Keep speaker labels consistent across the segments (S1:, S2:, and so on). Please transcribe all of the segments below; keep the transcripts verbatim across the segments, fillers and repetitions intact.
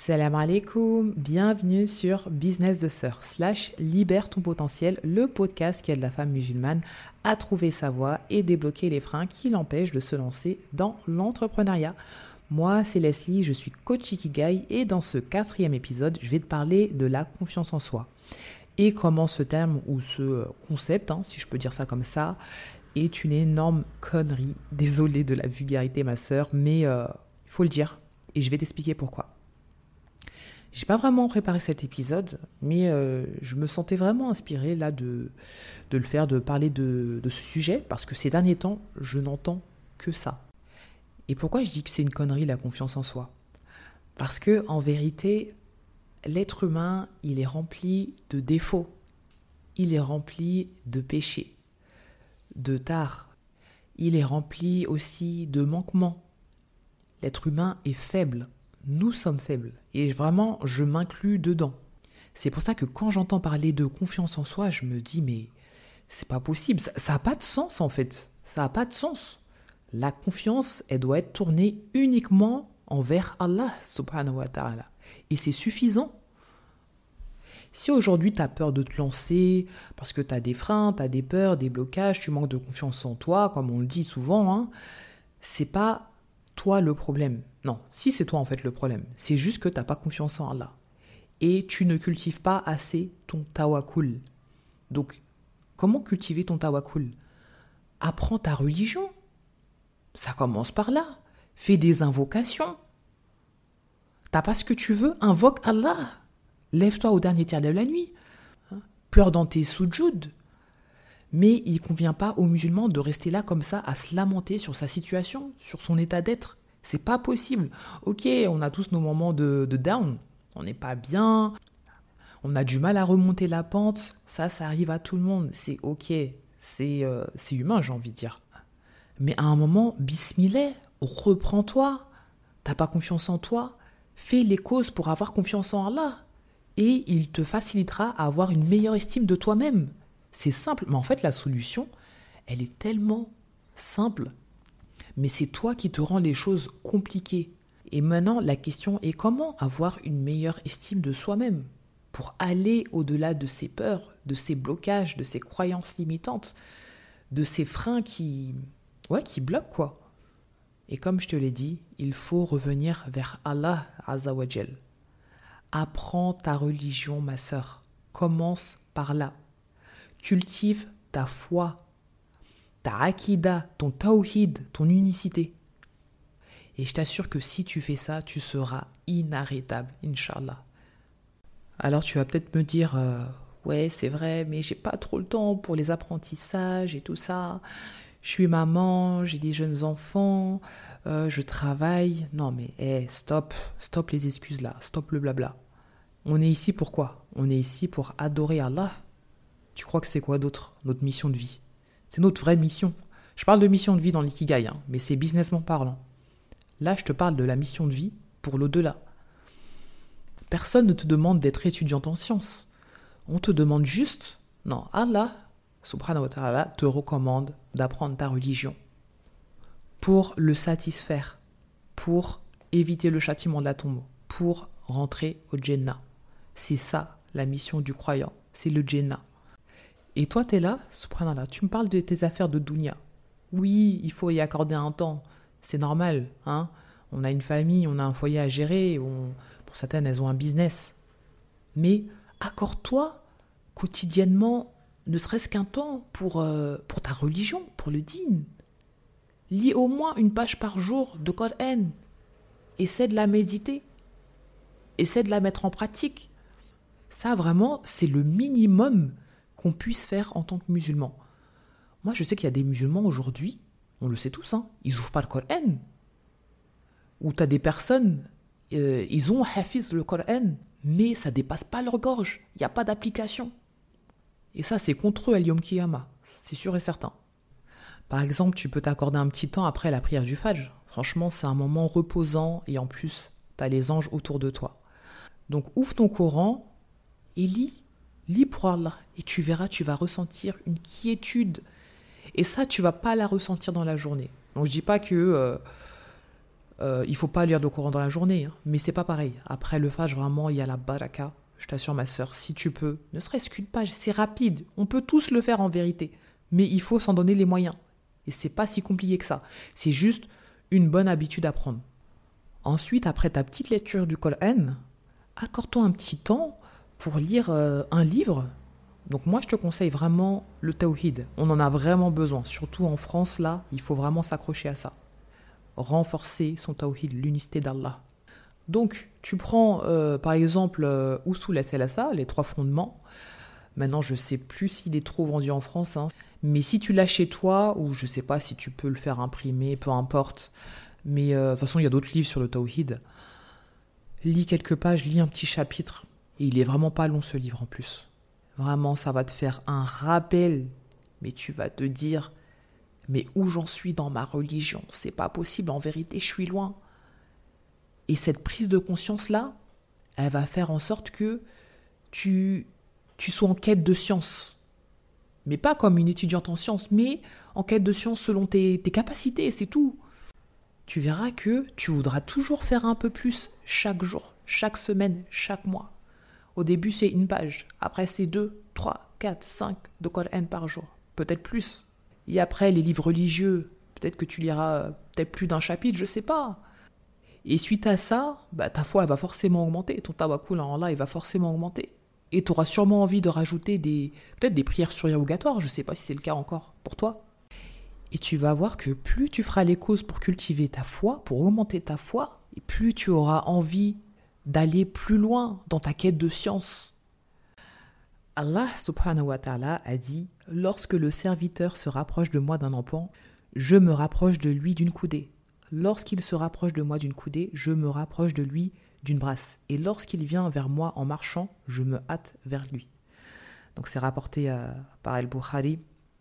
S1: Salam alaikum, bienvenue sur Business de Sœur slash Libère ton potentiel, le podcast qui aide la femme musulmane à trouver sa voie et débloquer les freins qui l'empêchent de se lancer dans l'entrepreneuriat. Moi, c'est Leslie, je suis coach Ikigai et dans ce quatrième épisode, je vais te parler de la confiance en soi et comment ce terme ou ce concept, hein, si je peux dire ça comme ça, est une énorme connerie. Désolée de la vulgarité, ma sœur, mais euh, il faut le dire et je vais t'expliquer pourquoi. J'ai pas vraiment préparé cet épisode, mais euh, je me sentais vraiment inspirée là de, de le faire, de parler de, de ce sujet, parce que ces derniers temps, je n'entends que ça. Et pourquoi je dis que c'est une connerie la confiance en soi ? Parce que en vérité, l'être humain, il est rempli de défauts, il est rempli de péchés, de tares, il est rempli aussi de manquements. L'être humain est faible. Nous sommes faibles et vraiment, je m'inclus dedans. C'est pour ça que quand j'entends parler de confiance en soi, je me dis mais c'est pas possible, ça n'a pas de sens en fait, ça n'a pas de sens. La confiance, elle doit être tournée uniquement envers Allah subhanahu wa ta'ala et c'est suffisant. Si aujourd'hui tu as peur de te lancer parce que tu as des freins, tu as des peurs, des blocages, tu manques de confiance en toi, comme on le dit souvent, hein, c'est pas toi le problème. Non, si c'est toi en fait le problème, c'est juste que tu n'as pas confiance en Allah. Et tu ne cultives pas assez ton tawakkul. Donc, comment cultiver ton tawakkul ? Apprends ta religion. Ça commence par là. Fais des invocations. T'as pas ce que tu veux, invoque Allah. Lève-toi au dernier tiers de la nuit. Pleure dans tes soujouds. Mais il ne convient pas aux musulmans de rester là comme ça à se lamenter sur sa situation, sur son état d'être. C'est pas possible. Ok, on a tous nos moments de, de down. On n'est pas bien. On a du mal à remonter la pente. Ça, ça arrive à tout le monde. C'est ok. C'est, euh, c'est humain, j'ai envie de dire. Mais à un moment, bismillah, reprends-toi. T'as pas confiance en toi. Fais les causes pour avoir confiance en Allah. Et il te facilitera à avoir une meilleure estime de toi-même. C'est simple. Mais en fait, la solution, elle est tellement simple. Mais c'est toi qui te rends les choses compliquées. Et maintenant, la question est comment avoir une meilleure estime de soi-même pour aller au-delà de ces peurs, de ces blocages, de ces croyances limitantes, de ces freins qui, ouais, qui bloquent, quoi. Et comme je te l'ai dit, il faut revenir vers Allah Azza wa Jal. Apprends ta religion, ma sœur. Commence par là. Cultive ta foi. Ta akida, ton tawhid, ton unicité. Et je t'assure que si tu fais ça, tu seras inarrêtable, Inch'Allah. Alors tu vas peut-être me dire, euh, ouais c'est vrai, mais j'ai pas trop le temps pour les apprentissages et tout ça. Je suis maman, j'ai des jeunes enfants, euh, je travaille. Non mais hey, stop, stop les excuses là, stop le blabla. On est ici pour quoi ? On est ici pour adorer Allah. Tu crois que c'est quoi d'autre, notre mission de vie ? C'est notre vraie mission. Je parle de mission de vie dans l'ikigai, hein, mais c'est businessment parlant. Là, je te parle de la mission de vie pour l'au-delà. Personne ne te demande d'être étudiante en sciences. On te demande juste, non, Allah, subhanahu wa ta'ala, te recommande d'apprendre ta religion pour le satisfaire, pour éviter le châtiment de la tombe, pour rentrer au Jannah. C'est ça, la mission du croyant, c'est le Jannah. Et toi, t'es là, subhanallah, tu me parles de tes affaires de dunya. Oui, il faut y accorder un temps, c'est normal, hein. On a une famille, on a un foyer à gérer, on, pour certaines, elles ont un business. Mais accorde-toi quotidiennement, ne serait-ce qu'un temps pour, euh, pour ta religion, pour le dîn. Lis au moins une page par jour de Coran. Essaie de la méditer. Essaie de la mettre en pratique. Ça, vraiment, c'est le minimum qu'on puisse faire en tant que musulman. Moi, je sais qu'il y a des musulmans aujourd'hui, on le sait tous, hein, ils n'ouvrent pas le Coran. Ou tu as des personnes, euh, ils ont hafiz le Coran, mais ça ne dépasse pas leur gorge. Il n'y a pas d'application. Et ça, c'est contre eux, Al-Yom Kiyama. C'est sûr et certain. Par exemple, tu peux t'accorder un petit temps après la prière du Fajr. Franchement, c'est un moment reposant et en plus, tu as les anges autour de toi. Donc, ouvre ton Coran et lis. Lis pour Allah et tu verras, tu vas ressentir une quiétude. Et ça, tu vas pas la ressentir dans la journée. Donc je dis pas que euh, Euh, il faut pas lire le Coran dans la journée, hein, mais c'est pas pareil. Après le Fajr, vraiment, il y a la baraka. Je t'assure, ma sœur, si tu peux, ne serait-ce qu'une page, c'est rapide. On peut tous le faire en vérité, mais il faut s'en donner les moyens. Et c'est pas si compliqué que ça. C'est juste une bonne habitude à prendre. Ensuite, après ta petite lecture du Coran, accorde-toi un petit temps pour lire euh, un livre. Donc moi, je te conseille vraiment le Tawhid. On en a vraiment besoin. Surtout en France, là, il faut vraiment s'accrocher à ça. Renforcer son Tawhid, l'unicité d'Allah. Donc, tu prends, euh, par exemple, euh, Usul al-Thalatha, les trois fondements. Maintenant, je ne sais plus s'il est trop vendu en France. Hein. Mais si tu l'as chez toi, ou je ne sais pas si tu peux le faire imprimer, peu importe. Mais euh, de toute façon, il y a d'autres livres sur le Tawhid. Lis quelques pages, lis un petit chapitre. Et il est vraiment pas long, ce livre, en plus. Vraiment, ça va te faire un rappel. Mais tu vas te dire, mais où j'en suis dans ma religion? C'est pas possible, en vérité, je suis loin. Et cette prise de conscience-là, elle va faire en sorte que tu, tu sois en quête de science. Mais pas comme une étudiante en sciences, mais en quête de science selon tes, tes capacités, c'est tout. Tu verras que tu voudras toujours faire un peu plus chaque jour, chaque semaine, chaque mois. Au début, c'est une page. Après, c'est deux, trois, quatre, cinq de Coran par jour. Peut-être plus. Et après, les livres religieux, peut-être que tu liras peut-être plus d'un chapitre, je sais pas. Et suite à ça, bah, ta foi elle va forcément augmenter, ton tawakkul en Allah il va forcément augmenter. Et tu auras sûrement envie de rajouter des, peut-être des prières surérogatoires, je ne sais pas si c'est le cas encore pour toi. Et tu vas voir que plus tu feras les causes pour cultiver ta foi, pour augmenter ta foi, et plus tu auras envie d'aller plus loin dans ta quête de science. Allah subhanahu wa ta'ala a dit « Lorsque le serviteur se rapproche de moi d'un empan, je me rapproche de lui d'une coudée. » Lorsqu'il se rapproche de moi d'une coudée, je me rapproche de lui d'une brasse. Et lorsqu'il vient vers moi en marchant, je me hâte vers lui. Donc c'est rapporté euh, par Al-Bukhari.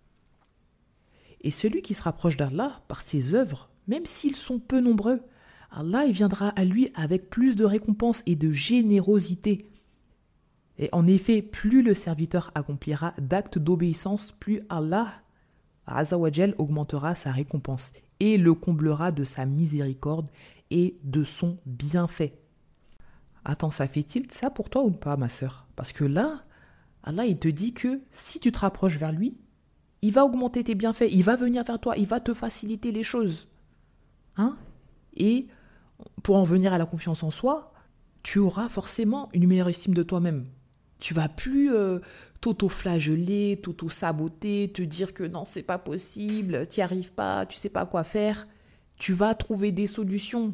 S1: Et celui qui se rapproche d'Allah par ses œuvres, même s'ils sont peu nombreux, Allah il viendra à lui avec plus de récompenses et de générosité. Et en effet, plus le serviteur accomplira d'actes d'obéissance, plus Allah Azza wa Jal augmentera sa récompense et le comblera de sa miséricorde et de son bienfait. Attends, ça fait-il ça pour toi ou pas, ma sœur? Parce que là, Allah, il te dit que si tu te rapproches vers lui, il va augmenter tes bienfaits, il va venir vers toi, il va te faciliter les choses. Hein? Et pour en venir à la confiance en soi, tu auras forcément une meilleure estime de toi-même. Tu vas plus euh, t'auto-flageller, t'auto-saboter, te dire que non, c'est pas possible, t'y arrives pas, tu sais pas quoi faire. Tu vas trouver des solutions.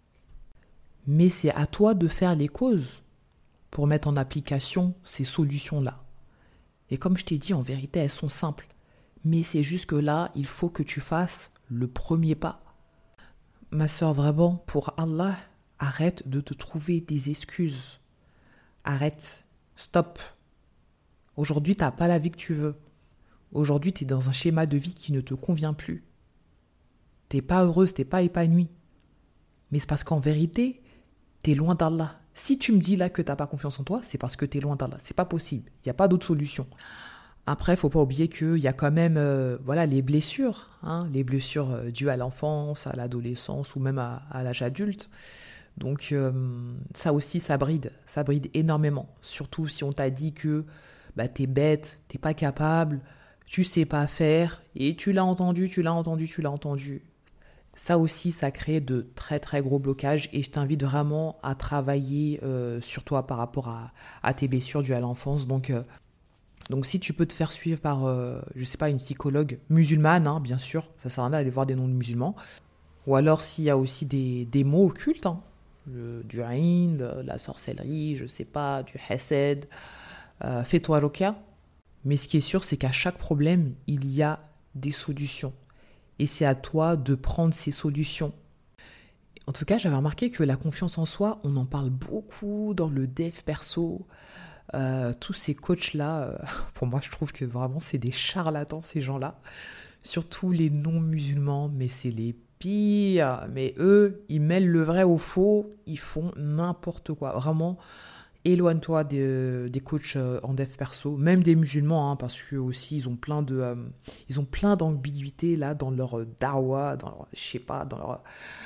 S1: Mais c'est à toi de faire les causes pour mettre en application ces solutions-là. Et comme je t'ai dit, en vérité, elles sont simples. Mais c'est juste que là, il faut que tu fasses le premier pas. Ma sœur, vraiment, pour Allah, arrête de te trouver des excuses. Arrête. Stop. Aujourd'hui, tu n'as pas la vie que tu veux. Aujourd'hui, tu es dans un schéma de vie qui ne te convient plus. Tu n'es pas heureuse, tu n'es pas épanouie. Mais c'est parce qu'en vérité, tu es loin d'Allah. Si tu me dis là que tu n'as pas confiance en toi, c'est parce que tu es loin d'Allah. C'est pas possible. Il n'y a pas d'autre solution. Après, il ne faut pas oublier qu'il y a quand même euh, voilà, les blessures. Hein, les blessures euh, dues à l'enfance, à l'adolescence ou même à, à l'âge adulte. Donc euh, ça aussi, ça bride, ça bride énormément. Surtout si on t'a dit que bah, t'es bête, t'es pas capable, tu sais pas faire, et tu l'as entendu, tu l'as entendu, tu l'as entendu. Ça aussi, ça crée de très très gros blocages et je t'invite vraiment à travailler euh, sur toi par rapport à, à tes blessures dues à l'enfance. Donc, euh, donc si tu peux te faire suivre par, euh, je sais pas, une psychologue musulmane, hein, bien sûr, ça sert à rien d'aller voir des noms de musulmans. Ou alors s'il y a aussi des, des mots occultes, hein, le, du aïn, la sorcellerie, je sais pas, du hased, euh, fais-toi ruqya. Mais ce qui est sûr, c'est qu'à chaque problème, il y a des solutions. Et c'est à toi de prendre ces solutions. En tout cas, j'avais remarqué que la confiance en soi, on en parle beaucoup dans le dev perso. Euh, tous ces coachs-là, euh, pour moi, je trouve que vraiment, c'est des charlatans, ces gens-là. Surtout les non-musulmans, mais c'est les pires. Mais eux, ils mêlent le vrai au faux, ils font n'importe quoi. Vraiment, éloigne-toi des, des coachs en dev perso, même des musulmans, hein, parce que aussi ils ont plein de, euh, ils ont plein d'ambiguïté là dans leur dawa, dans leur, je sais pas, dans leur,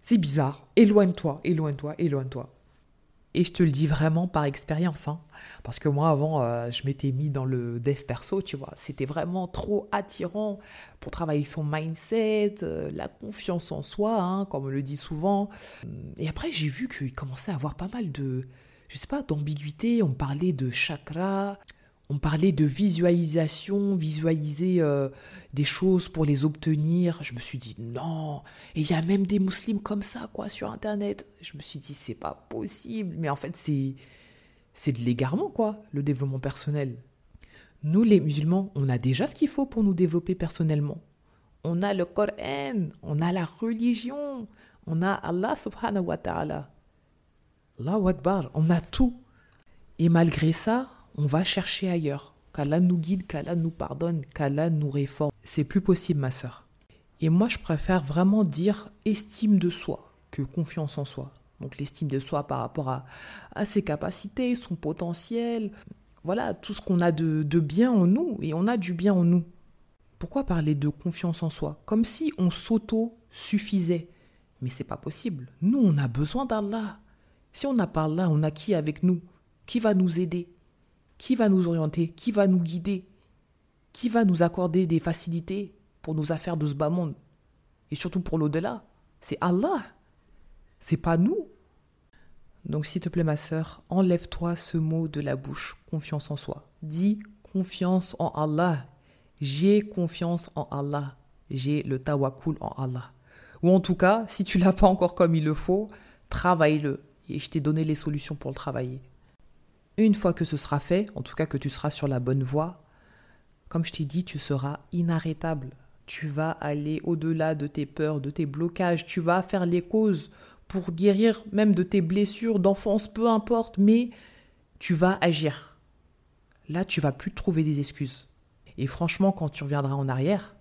S1: C'est bizarre. Éloigne-toi, éloigne-toi, éloigne-toi. Et je te le dis vraiment par expérience, hein. Parce que moi, avant, euh, je m'étais mis dans le dev perso, tu vois. C'était vraiment trop attirant pour travailler son mindset, euh, la confiance en soi, hein, comme on le dit souvent. Et après, j'ai vu qu'il commençait à avoir pas mal de, je sais pas, d'ambiguïté. On parlait de chakra, on parlait de visualisation, visualiser euh, des choses pour les obtenir. Je me suis dit non. Et il y a même des musulmans comme ça, quoi, sur Internet. Je me suis dit c'est pas possible. Mais en fait, c'est c'est de l'égarement, quoi, le développement personnel. Nous, les musulmans, on a déjà ce qu'il faut pour nous développer personnellement. On a le Coran, on a la religion, on a Allah subhanahu wa ta'ala. Allahu Akbar, on a tout. Et malgré ça, on va chercher ailleurs. Qu'Allah nous guide, qu'Allah nous pardonne, qu'Allah nous réforme. C'est plus possible, ma sœur. Et moi, je préfère vraiment dire estime de soi que confiance en soi. Donc l'estime de soi par rapport à, à ses capacités, son potentiel, voilà, tout ce qu'on a de, de bien en nous, et on a du bien en nous. Pourquoi parler de confiance en soi? Comme si on s'auto-suffisait. Mais c'est pas possible. Nous, on a besoin d'Allah. Si on n'a pas Allah, on a qui avec nous? Qui va nous aider? Qui va nous orienter? Qui va nous guider? Qui va nous accorder des facilités pour nos affaires de ce bas monde? Et surtout pour l'au-delà. C'est Allah. C'est pas nous. Donc s'il te plaît ma sœur, enlève-toi ce mot de la bouche, confiance en soi. Dis confiance en Allah. J'ai confiance en Allah. J'ai le tawakkul en Allah. Ou en tout cas, si tu l'as pas encore comme il le faut, travaille-le. Et je t'ai donné les solutions pour le travailler. Une fois que ce sera fait, en tout cas que tu seras sur la bonne voie, comme je t'ai dit, tu seras inarrêtable. Tu vas aller au-delà de tes peurs, de tes blocages. Tu vas faire les causes pour guérir même de tes blessures d'enfance, peu importe, mais tu vas agir. Là, tu vas plus te trouver des excuses. Et franchement, quand tu reviendras en arrière,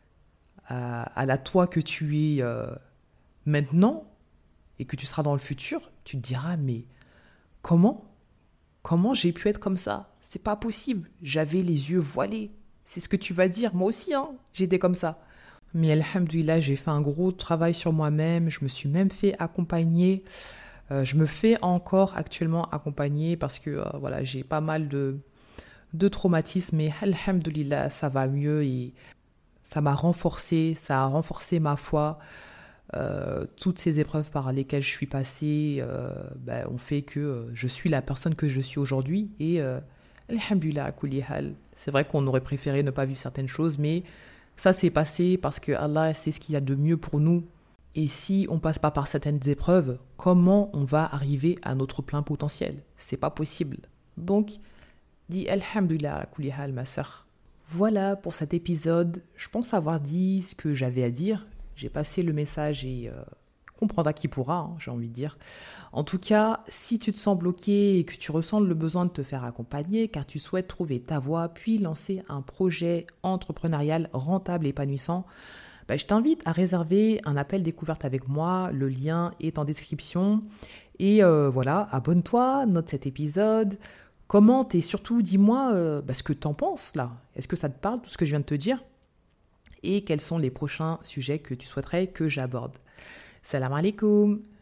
S1: à, à la toi que tu es euh, maintenant et que tu seras dans le futur, tu te diras, mais comment Comment j'ai pu être comme ça? C'est pas possible. J'avais les yeux voilés. C'est ce que tu vas dire. Moi aussi, hein, j'étais comme ça. Mais alhamdoulilah, j'ai fait un gros travail sur moi-même. Je me suis même fait accompagner. Euh, je me fais encore actuellement accompagner parce que euh, voilà, j'ai pas mal de, de traumatismes. Mais alhamdoulilah, ça va mieux et ça m'a renforcé. Ça a renforcé ma foi. Euh, toutes ces épreuves par lesquelles je suis passée euh, ben, ont fait que euh, je suis la personne que je suis aujourd'hui et euh, alhamdoulilah, kulli hal. C'est vrai qu'on aurait préféré ne pas vivre certaines choses, mais ça s'est passé parce que Allah sait ce qu'il y a de mieux pour nous. Et si on passe pas par certaines épreuves, comment on va arriver à notre plein potentiel? C'est pas possible. Donc, dis alhamdoulilah, kulli hal, ma sœur. Voilà pour cet épisode. Je pense avoir dit ce que j'avais à dire. J'ai passé le message et euh, comprendra qui pourra, hein, j'ai envie de dire. En tout cas, si tu te sens bloqué et que tu ressens le besoin de te faire accompagner, car tu souhaites trouver ta voie, puis lancer un projet entrepreneurial rentable et épanouissant, bah, je t'invite à réserver un appel découverte avec moi. Le lien est en description. Et euh, voilà, abonne-toi, note cet épisode, commente et surtout dis-moi euh, bah, ce que tu en penses là. Est-ce que ça te parle, tout ce que je viens de te dire ? Et quels sont les prochains sujets que tu souhaiterais que j'aborde. Salam alaikum.